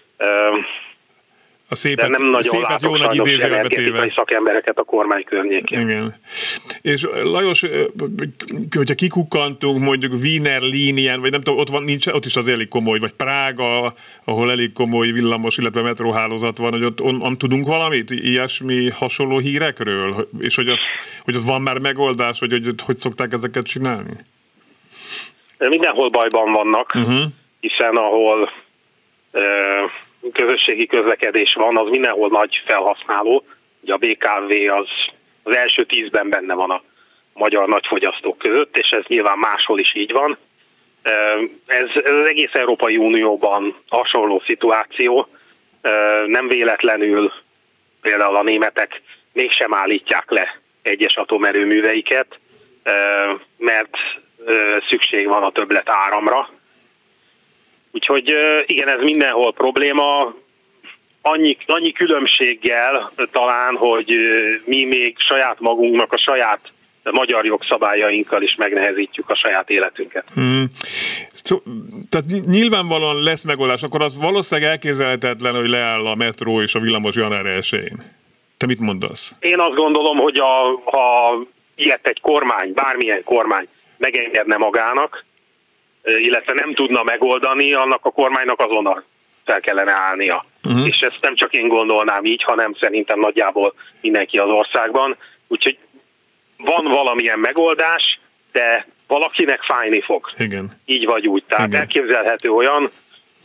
Speaker 2: A szépet,
Speaker 5: nem nagyon
Speaker 2: szépet
Speaker 5: látok
Speaker 2: jó nagy idézőjelbe téve.
Speaker 5: Szakembereket a kormány környékén.
Speaker 2: Igen. És Lajos, hogyha kikukkantunk mondjuk Wiener línien, vagy nem tudom, ott is az elég komoly, vagy Prága, ahol elég komoly villamos, illetve metróhálózat van, hogy ott tudunk valamit, ilyesmi hasonló hírekről? És hogy ott van már megoldás, hogy szokták ezeket csinálni?
Speaker 5: Mindenhol bajban vannak, hiszen ahol közösségi közlekedés van, az mindenhol nagy felhasználó. Ugye a BKV az első 10-ben benne van a magyar nagyfogyasztók között, és ez nyilván máshol is így van. Ez az egész Európai Unióban hasonló szituáció. Nem véletlenül például a németek mégsem állítják le egyes atomerőműveiket, mert szükség van a többlet áramra. Úgyhogy igen, ez mindenhol probléma. Annyi különbséggel talán, hogy mi még saját magunknak, a saját magyar jogszabályainkkal is megnehezítjük a saját életünket.
Speaker 2: Tehát nyilvánvalóan lesz megoldás, akkor az valószínűleg elképzelhetetlen, hogy leáll a metró és a villamos január 1-én. Te mit mondasz?
Speaker 5: Én azt gondolom, hogy ha ilyet egy kormány, bármilyen kormány megengedne magának, illetve nem tudna megoldani, annak a kormánynak azonnal fel kellene állnia. És ezt nem csak én gondolnám így, hanem szerintem nagyjából mindenki az országban. Úgyhogy van valamilyen megoldás, de valakinek fájni fog.
Speaker 2: Igen.
Speaker 5: Így vagy úgy. Tehát elképzelhető olyan,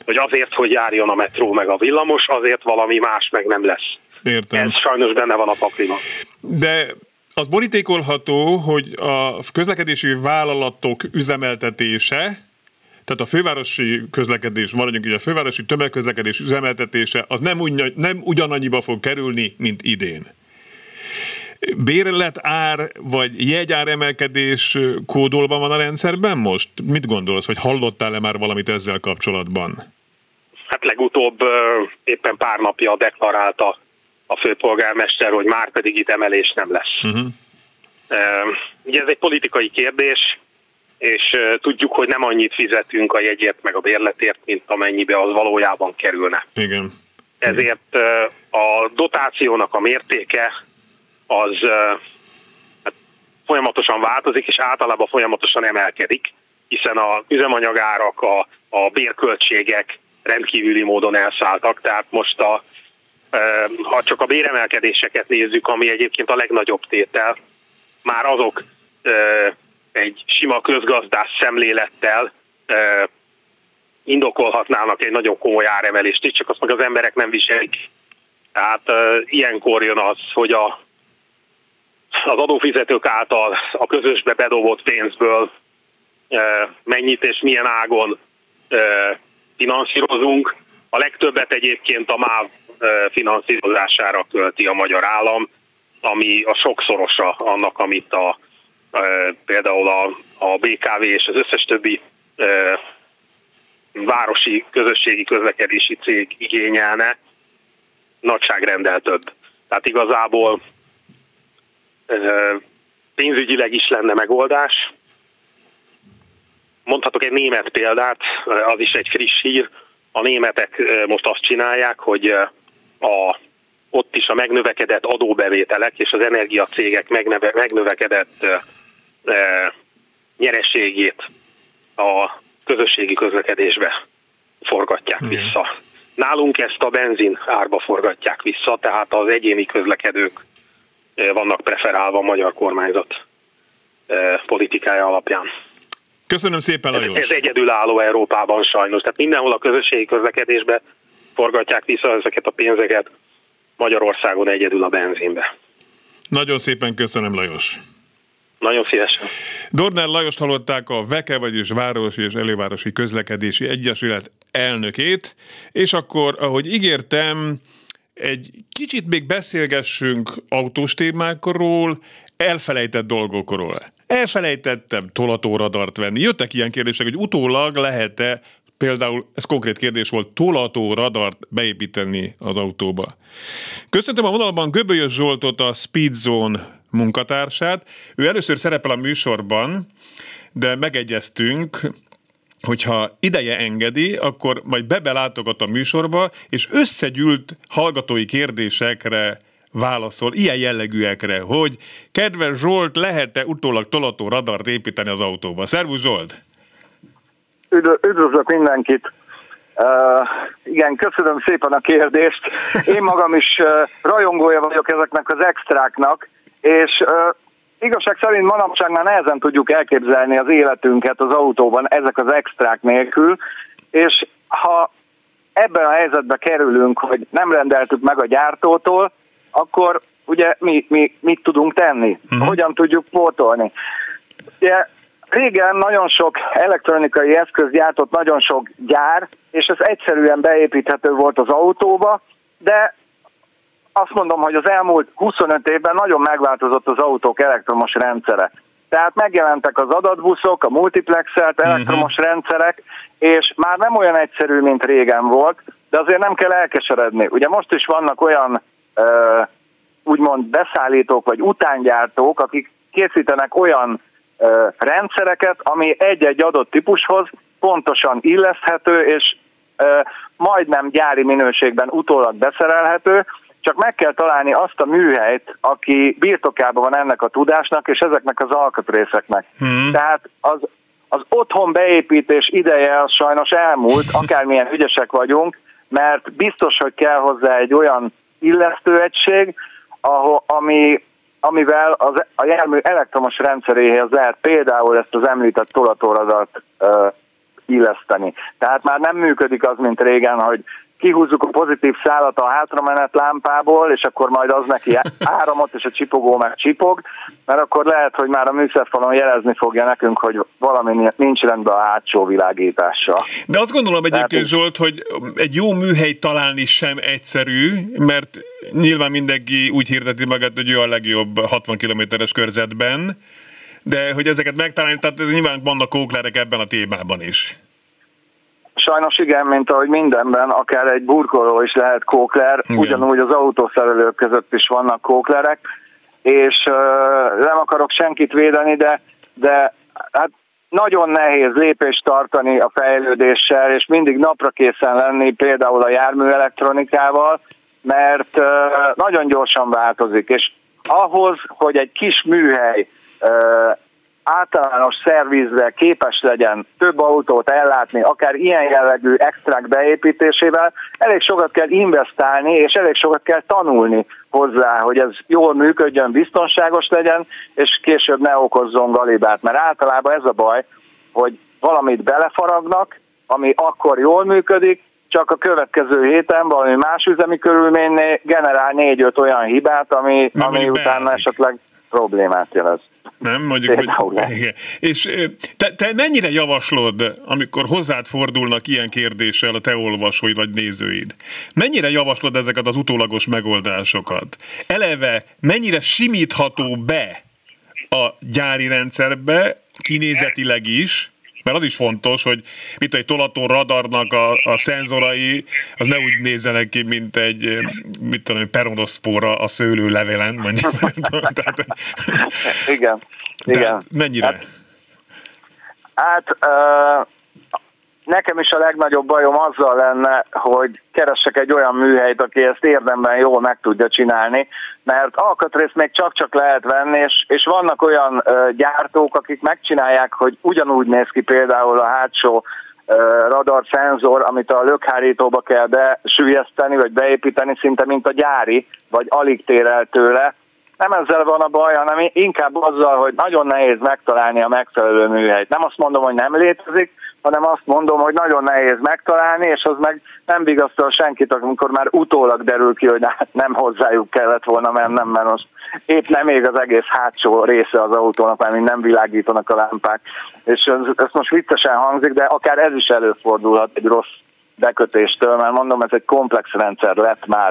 Speaker 5: hogy azért, hogy járjon a metró meg a villamos, azért valami más meg nem lesz.
Speaker 2: Értem.
Speaker 5: Ez sajnos benne van a pakliban.
Speaker 2: De az borítékolható, hogy a közlekedési vállalatok üzemeltetése, tehát a fővárosi közlekedés, maradjunk így, a fővárosi tömegközlekedés üzemeltetése, az nem ugyanannyiba fog kerülni, mint idén. Bérlet ár vagy jegyár emelkedés kódolva van a rendszerben most? Mit gondolsz, vagy hallottál-e már valamit ezzel kapcsolatban?
Speaker 5: Hát legutóbb éppen pár napja deklarálta a főpolgármester, hogy már pedig itt emelés nem lesz. Ugye ez egy politikai kérdés, és tudjuk, hogy nem annyit fizetünk a jegyért meg a bérletért, mint amennyibe az valójában kerülne.
Speaker 2: Igen.
Speaker 5: Ezért a dotációnak a mértéke az hát folyamatosan változik, és általában folyamatosan emelkedik, hiszen az üzemanyagárak, a bérköltségek rendkívüli módon elszálltak, tehát most ha csak a béremelkedéseket nézzük, ami egyébként a legnagyobb tétel, már azok egy sima közgazdász szemlélettel indokolhatnának egy nagyon komoly áremelést is, csak azt meg az emberek nem viselik. Tehát ilyenkor jön az, hogy az adófizetők által a közösbe bedobott pénzből mennyit és milyen ágon finanszírozunk. A legtöbbet egyébként a MÁV finanszírozására költi a magyar állam, ami a sokszorosa annak, amit például a BKV és az összes többi városi közösségi közlekedési cég igényelne, nagyságrendel több. Tehát igazából pénzügyileg is lenne megoldás. Mondhatok egy német példát, az is egy friss hír. A németek most azt csinálják, hogy ott is a megnövekedett adóbevételek és az energiacégek megnövekedett nyereségét a közösségi közlekedésbe forgatják vissza. Nálunk ezt a benzin árba forgatják vissza, tehát az egyéni közlekedők vannak preferálva a magyar kormányzat politikája alapján.
Speaker 2: Köszönöm szépen, Lajos.
Speaker 5: Ez egyedülálló Európában sajnos. Tehát mindenhol a közösségi közlekedésbe forgatják vissza ezeket a pénzeket, Magyarországon egyedül a benzinbe.
Speaker 2: Nagyon szépen köszönöm, Lajos.
Speaker 5: Nagyon szívesen.
Speaker 2: Dornál Lajost hallották, a VEKE, vagyis Városi és Elővárosi Közlekedési Egyesület elnökét, és akkor, ahogy ígértem, egy kicsit még beszélgessünk autós témákról, elfelejtett dolgokról. Elfelejtettem tolatóradart venni. Jöttek ilyen kérdések, hogy utólag lehet-e, például ez konkrét kérdés volt, tolatóradart beépíteni az autóba. Köszöntöm a vonalban Göbölyös Zsoltot, a Speedzone munkatársát. Ő először szerepel a műsorban, de megegyeztünk, hogyha ideje engedi, akkor majd belátogat a műsorba, és összegyűlt hallgatói kérdésekre válaszol, ilyen jellegűekre, hogy kedves Zsolt, lehet-e utólag tolató radart építeni az autóba? Szervusz, Zsolt!
Speaker 6: Üdvözlök mindenkit! Igen, köszönöm szépen a kérdést. Én magam is rajongója vagyok ezeknek az extráknak, és igazság szerint manapság már nehezen tudjuk elképzelni az életünket az autóban ezek az extrák nélkül, és ha ebben a helyzetbe kerülünk, hogy nem rendeltük meg a gyártótól, akkor ugye mi mit tudunk tenni? Hogyan tudjuk pótolni? Ugye régen nagyon sok elektronikai eszköz gyártott nagyon sok gyár, és ez egyszerűen beépíthető volt az autóba, de azt mondom, hogy az elmúlt 25 évben nagyon megváltozott az autók elektromos rendszere. Tehát megjelentek az adatbuszok, a multiplexelt elektromos rendszerek, és már nem olyan egyszerű, mint régen volt, de azért nem kell elkeseredni. Ugye most is vannak olyan úgymond beszállítók vagy utángyártók, akik készítenek olyan rendszereket, ami egy-egy adott típushoz pontosan illeszthető, és majdnem gyári minőségben utólag beszerelhető, csak meg kell találni azt a műhelyt, aki birtokában van ennek a tudásnak, és ezeknek az alkatrészeknek. Tehát az otthon beépítés ideje az sajnos elmúlt, akármilyen ügyesek vagyunk, mert biztos, hogy kell hozzá egy olyan illesztőegység, amivel a jármű elektromos rendszeréhez lehet például ezt az említett tolatóradart illeszteni. Tehát már nem működik az, mint régen, hogy kihúzzuk a pozitív szálat a hátramenet lámpából, és akkor majd az neki áramot, és a csipogó meg csipog, mert akkor lehet, hogy már a műszerfalon jelezni fogja nekünk, hogy valami nincs rendben a hátsó világítással.
Speaker 2: De azt gondolom egyébként, Zsolt, hogy egy jó műhely találni sem egyszerű, mert nyilván mindenki úgy hirdeti magát, hogy ő a legjobb 60 kilométeres körzetben, de hogy ezeket megtalálni, tehát nyilván vannak kóklerek ebben a témában is.
Speaker 6: Sajnos igen, mint ahogy mindenben, akár egy burkoló is lehet kókler, ugyanúgy az autószerelők között is vannak kóklerek, és nem akarok senkit védeni, de hát nagyon nehéz lépést tartani a fejlődéssel, és mindig napra készen lenni például a járműelektronikával, mert nagyon gyorsan változik, és ahhoz, hogy egy kis műhely általános szervizre képes legyen több autót ellátni, akár ilyen jellegű extrák beépítésével, elég sokat kell investálni, és elég sokat kell tanulni hozzá, hogy ez jól működjön, biztonságos legyen, és később ne okozzon galibát. Mert általában ez a baj, hogy valamit belefaragnak, ami akkor jól működik, csak a következő héten valami más üzemi körülménynél generál 4-5 olyan hibát, ami utána esetleg problémát jelez.
Speaker 2: Nem, mondjuk, hogy... Igen. És te mennyire javaslod, amikor hozzád fordulnak ilyen kérdéssel a te olvasóid vagy nézőid, mennyire javaslod ezeket az utólagos megoldásokat? Eleve mennyire simítható be a gyári rendszerbe, kinézetileg is, mert az is fontos, hogy egy tolató radarnak a szenzorai, az ne úgy nézzenek ki, mint egy, peronoszpóra a szőlőlevelen, mondjuk.
Speaker 6: Igen. Igen.
Speaker 2: Mennyire?
Speaker 6: Nekem is a legnagyobb bajom azzal lenne, hogy keressek egy olyan műhelyt, aki ezt érdemben jól meg tudja csinálni, mert alkatrészt még csak lehet venni, és vannak olyan gyártók, akik megcsinálják, hogy ugyanúgy néz ki például a hátsó radarszenzor, amit a lökhárítóba kell besüllyeszteni, vagy beépíteni, szinte mint a gyári, vagy alig tér el tőle. Nem ezzel van a baj, hanem inkább azzal, hogy nagyon nehéz megtalálni a megfelelő műhelyt. Nem azt mondom, hogy nem létezik, hanem azt mondom, hogy nagyon nehéz megtalálni, és az meg nem vigasztal senkit, amikor már utólag derül ki, hogy nem hozzájuk kellett volna mennem, mert most épp nem ég az egész hátsó része az autónak, mert nem világítanak a lámpák. És ez most viccesen hangzik, de akár ez is előfordulhat egy rossz bekötéstől, mert mondom, ez egy komplex rendszer lett már.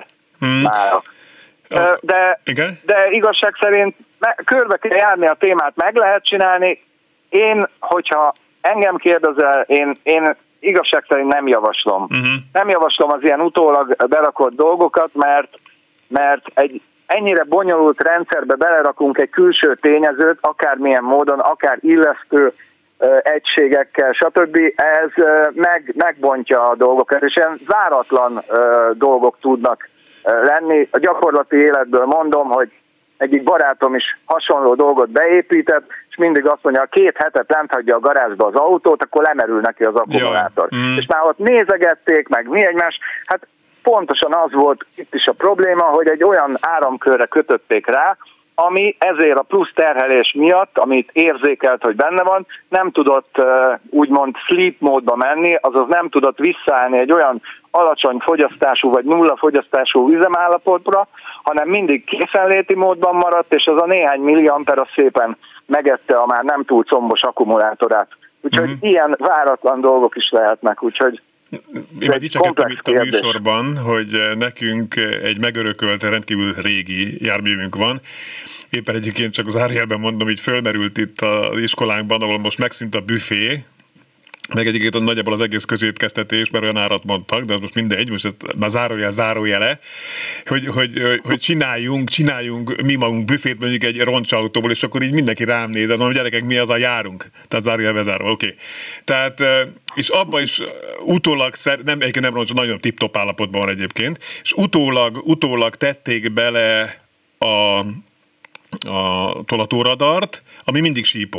Speaker 6: De igazság szerint körbe kell járni a témát, meg lehet csinálni. Én, hogyha engem kérdezel, én igazság szerint nem javaslom. Nem javaslom az ilyen utólag berakott dolgokat, mert egy ennyire bonyolult rendszerbe belerakunk egy külső tényezőt, akármilyen módon, akár illesztő egységekkel, stb. Ez megbontja a dolgokat, és ilyen záratlan dolgok tudnak lenni. A gyakorlati életből mondom, hogy egyik barátom is hasonló dolgot beépített, és mindig azt mondja, ha 2 hetet lent hagyja a garázsba az autót, akkor lemerül neki az akkumulátor. És már ott nézegették, meg mi egymás, hát pontosan az volt itt is a probléma, hogy egy olyan áramkörre kötötték rá, ami ezért a plusz terhelés miatt, amit érzékelt, hogy benne van, nem tudott úgymond sleep módba menni, azaz nem tudott visszaállni egy olyan alacsony fogyasztású vagy nulla fogyasztású üzemállapotba, hanem mindig készenléti módban maradt, és az a néhány milliamper az szépen megette a már nem túl combos akkumulátorát. Úgyhogy ilyen váratlan dolgok is lehetnek, úgyhogy
Speaker 2: én már dicsekedtem itt a műsorban, hogy nekünk egy megörökölt, rendkívül régi járművünk van. Éppen egyébként csak az zárójelben mondom, így fölmerült itt az iskolánkban, ahol most megszűnt a büfé, meg egyébként nagyjából az egész közétkeztetés, mert olyan árat mondtak, de most mindegy, most már zárójele, hogy csináljunk mi magunk büfét mondjuk egy roncsautóból, és akkor így mindenki rám néz, mondom, gyerekek, mi az a járunk? Tehát zárójel bezárva, oké. Tehát, és abban is utólag, egyébként nem roncs, nagyon tip-top állapotban van egyébként, és utólag tették bele a tolatóradart, ami mindig sípol.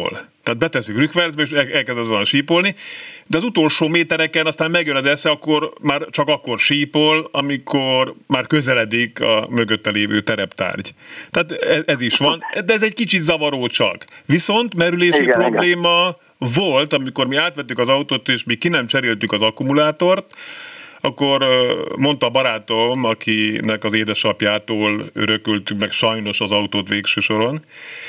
Speaker 2: Tehát beteszik rükvercbe, és elkezd azon sípolni, de az utolsó métereken aztán megjön az esze, akkor már csak akkor sípol, amikor már közeledik a mögötte lévő tereptárgy. Tehát ez is van, de ez egy kicsit zavaró csak. Viszont merülési probléma volt, amikor mi átvettük az autót, és mi ki nem cseréltük az akkumulátort, akkor mondta a barátom, akinek az édesapjától örököltük meg sajnos az autót végső soron,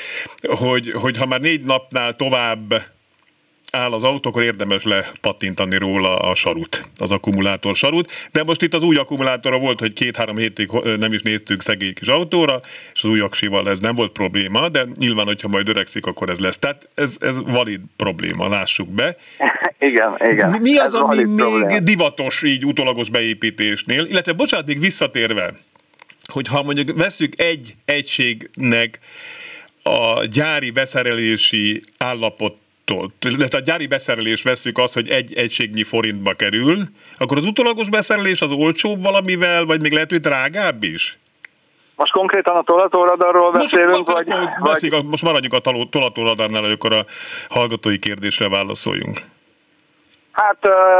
Speaker 2: hogy ha már 4 napnál tovább áll az autó, akkor érdemes lepattintani róla a sarut, az akkumulátor sarut. De most itt az új akkumulátorra volt, hogy 2-3 hétig nem is néztünk szegély kis autóra, és az új aksival ez nem volt probléma, de nyilván, hogyha majd öregszik, akkor ez lesz. Tehát ez valid probléma, lássuk be.
Speaker 6: Igen.
Speaker 2: Mi az, ami még divatos így utólagos beépítésnél? Illetve, bocsánat, még visszatérve, hogyha mondjuk vesszük egy egységnek a gyári beszerelési állapotot, illetve a gyári beszerelés vesszük azt, hogy egy egységnyi forintba kerül, akkor az utólagos beszerelés az olcsóbb valamivel, vagy még lehet, hogy drágább is?
Speaker 6: Most konkrétan a tolatóradarról beszélünk,
Speaker 2: most maradjunk a tolatóradarnál, hogy akkor a hallgatói kérdésre válaszoljunk.
Speaker 6: Hát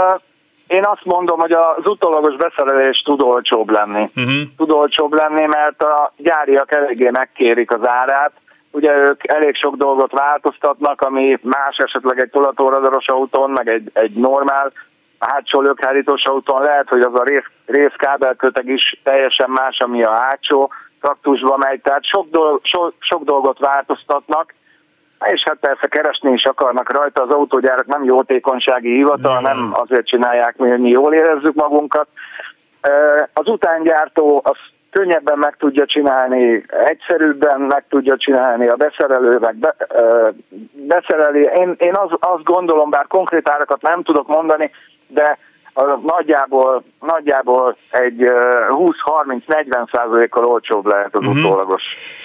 Speaker 6: én azt mondom, hogy az utólagos beszerelés tud olcsóbb lenni. Tud olcsóbb lenni, mert a gyáriak eléggé megkérik az árát. Ugye ők elég sok dolgot változtatnak, ami más esetleg egy tolatóradaros autón, meg egy normál hátsó lökhárítós autón lehet, hogy az a részkábelköteg is teljesen más, ami a hátsó traktusba megy. Tehát sok dolgot változtatnak, és hát persze keresni is akarnak rajta. Az autógyárak nem jótékonysági hivatal, nem azért csinálják, hogy mi jól érezzük magunkat. Az utángyártó az könnyebben meg tudja csinálni, egyszerűbben meg tudja csinálni, a beszerelő meg beszereli. Én azt gondolom, bár konkrét árakat nem tudok mondani, de nagyjából egy 20-30-40%-kal olcsóbb lehet az utólagos.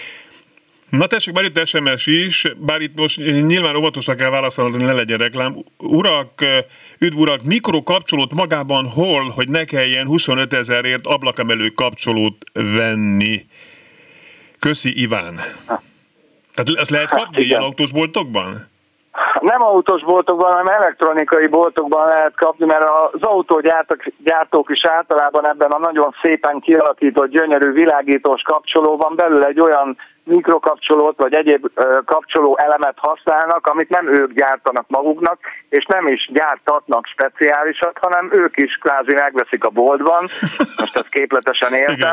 Speaker 2: Na tessék, már itt SMS is, bár itt most nyilván óvatosnak kell válaszolni, hogy ne legyen reklám. Urak, üdv urak, mikrokapcsolót magában hol, hogy ne kelljen 25 000-ért ablakemelő kapcsolót venni? Köszi, Iván. Tehát ezt lehet kapni ilyen autósboltokban?
Speaker 6: Nem autósboltokban, hanem elektronikai boltokban lehet kapni, mert az autógyártók is általában ebben a nagyon szépen kialakított, gyönyörű világítós kapcsolóban belül egy olyan mikrokapcsolót vagy egyéb kapcsoló elemet használnak, amit nem ők gyártanak maguknak, és nem is gyártatnak speciálisat, hanem ők is kvázi megveszik a boltban. Most ezt képletesen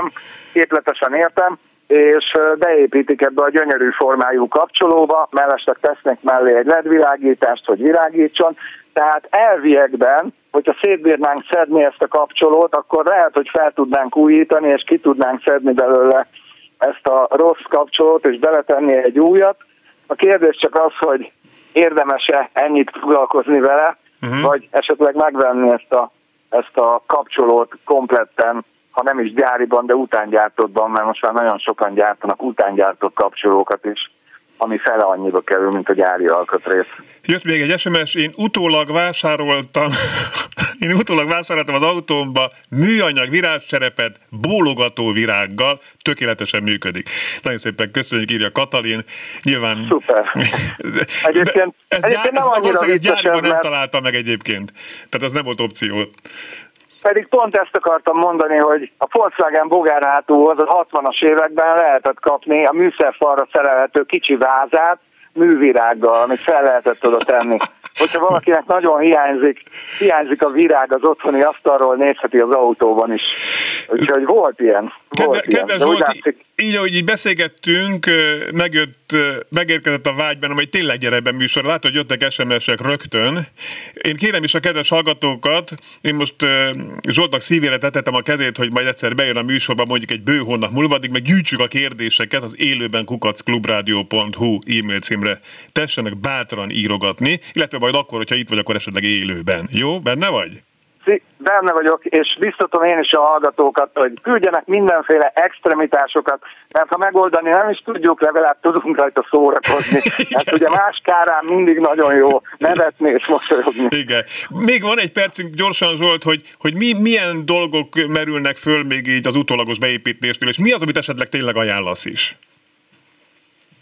Speaker 6: értem, és beépítik ebbe a gyönyörű formájú kapcsolóba, mellesleg tesznek mellé egy LED világítást, hogy világítson. Tehát elviekben, hogyha szétbírnánk szedni ezt a kapcsolót, akkor lehet, hogy fel tudnánk újítani, és ki tudnánk szedni belőle ezt a rossz kapcsolót, és beletenni egy újat. A kérdés csak az, hogy érdemes-e ennyit foglalkozni vele, vagy esetleg megvenni ezt a kapcsolót kompletten, ha nem is gyáriban, de utángyártottban, mert most már nagyon sokan gyártanak utángyártott kapcsolókat is, ami fele annyiba kerül, mint a gyári alkatrész.
Speaker 2: Jött még egy SMS, én utólag vásároltam az autómba műanyag virágcserepet bólogató virággal, tökéletesen működik. Nagyon szépen köszönjük, írja Katalin. Nyilván...
Speaker 6: Szuper. Egyébként nem annyira
Speaker 2: vicces, gyáriban nem találta meg egyébként. Tehát ez nem volt opció.
Speaker 6: Pedig pont ezt akartam mondani, hogy a Volkswagen bogárhátúhoz a 60-as években lehetett kapni a műszerfalra szerelhető kicsi vázát művirággal, amit fel lehetett oda tenni. Hogyha valakinek nagyon hiányzik a virág az otthoni asztalról, nézheti az autóban is. Úgyhogy volt ilyen.
Speaker 2: Kedves Zsolt, így ahogy így beszélgettünk, megérkezett a vágy bennem, hogy tényleg gyere ebben műsor. Látod, hogy jöttek SMS-ek rögtön. Én kérem is a kedves hallgatókat, én most Zsoltnak szívére tettem a kezét, hogy majd egyszer bejön a műsorba mondjuk egy bő hónap múlva, addig meg gyűjtsük a kérdéseket az élőben@klubradio.hu e-mail címre. Tessenek bátran írogatni, illetve majd akkor, hogyha itt vagy, akkor esetleg élőben. Jó? Benne vagy?
Speaker 6: Benne vagyok, és biztatom én is a hallgatókat, hogy küldjenek mindenféle extremitásokat, mert ha megoldani nem is tudjuk, legalább tudunk rajta szórakozni. Mert ugye más kárán mindig nagyon jó nevetni és mosolyogni.
Speaker 2: Igen. Még van egy percünk gyorsan, Zsolt, hogy milyen dolgok merülnek föl még így az utólagos beépítésnél, és mi az, amit esetleg tényleg ajánlasz is?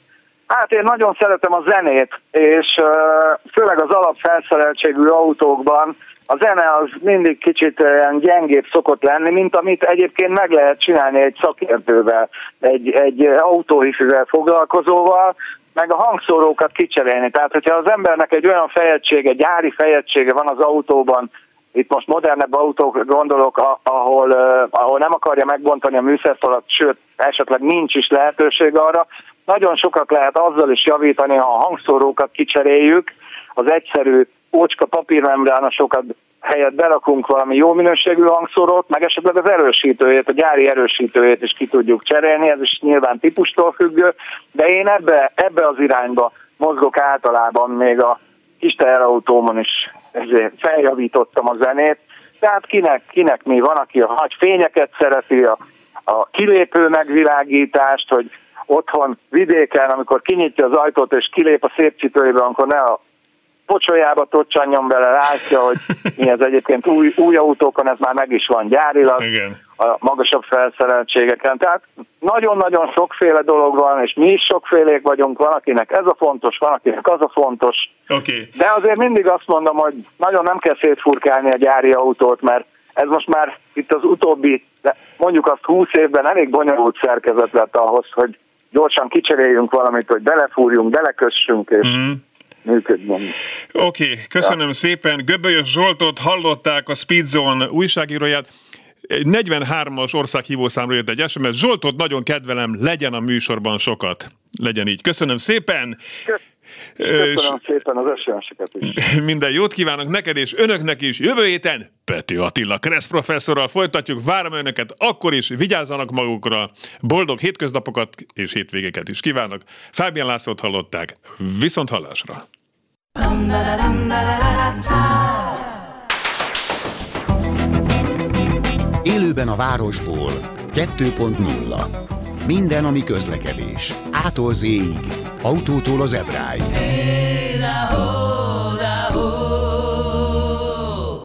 Speaker 6: Hát én nagyon szeretem a zenét, és főleg az alapfelszereltségű autókban a zene az mindig kicsit ilyen gyengébb szokott lenni, mint amit egyébként meg lehet csinálni egy szakértővel, egy autóhifivel foglalkozóval, meg a hangszórókat kicserélni. Tehát, hogyha az embernek egy olyan fejegysége, gyári fejegysége van az autóban, itt most modernebb autók gondolok, ahol nem akarja megbontani a műszerfalat, sőt, esetleg nincs is lehetőség arra, nagyon sokat lehet azzal is javítani, ha a hangszórókat kicseréljük, az egyszerű ócska papírmembránosokat helyett berakunk valami jó minőségű hangszórót, meg esetleg az erősítőjét, a gyári erősítőjét is ki tudjuk cserélni, ez is nyilván típustól függő, de én ebbe az irányba mozgok általában, még a kis teherautómon is ezért feljavítottam a zenét, tehát kinek mi van, aki a nagy fényeket szereti, a kilépő megvilágítást, hogy otthon vidéken, amikor kinyitja az ajtót és kilép a szépcipőjébe, akkor ne a pocsolyába tocsanjon bele, látja, hogy mi ez egyébként új autókon, ez már meg is van gyárilag, igen, a magasabb felszereltségeken. Tehát nagyon-nagyon sokféle dolog van, és mi is sokfélék vagyunk, van akinek ez a fontos, van akinek az a fontos.
Speaker 2: Okay.
Speaker 6: De azért mindig azt mondom, hogy nagyon nem kell szétfurkálni a gyári autót, mert ez most már itt az utóbbi, mondjuk azt 20 évben elég bonyolult szerkezet lett ahhoz, hogy gyorsan kicseréljünk valamit, hogy belefúrjunk, belekössünk, és működjön.
Speaker 2: Oké, köszönöm szépen. Göbölyös Zsoltot hallották, a Speedzone újságíróját. 43-as országhívószámról jött egy SMS. Zsoltot nagyon kedvelem, legyen a műsorban sokat. Legyen így. Köszönöm szépen.
Speaker 6: Köszönöm szépen az SMS-eket is.
Speaker 2: Minden jót kívánok neked és önöknek is. Jövő héten Pető Attila Kressz professzorral folytatjuk. Várom önöket akkor is. Vigyázzanak magukra. Boldog hétköznapokat és hétvégeket is kívánok. Fábián Lászlót hallották. Viszont hallásra.
Speaker 1: Élőben a városból 2.0. Minden, ami közlekedés. A-tól Z-ig, autótól az Ebráig.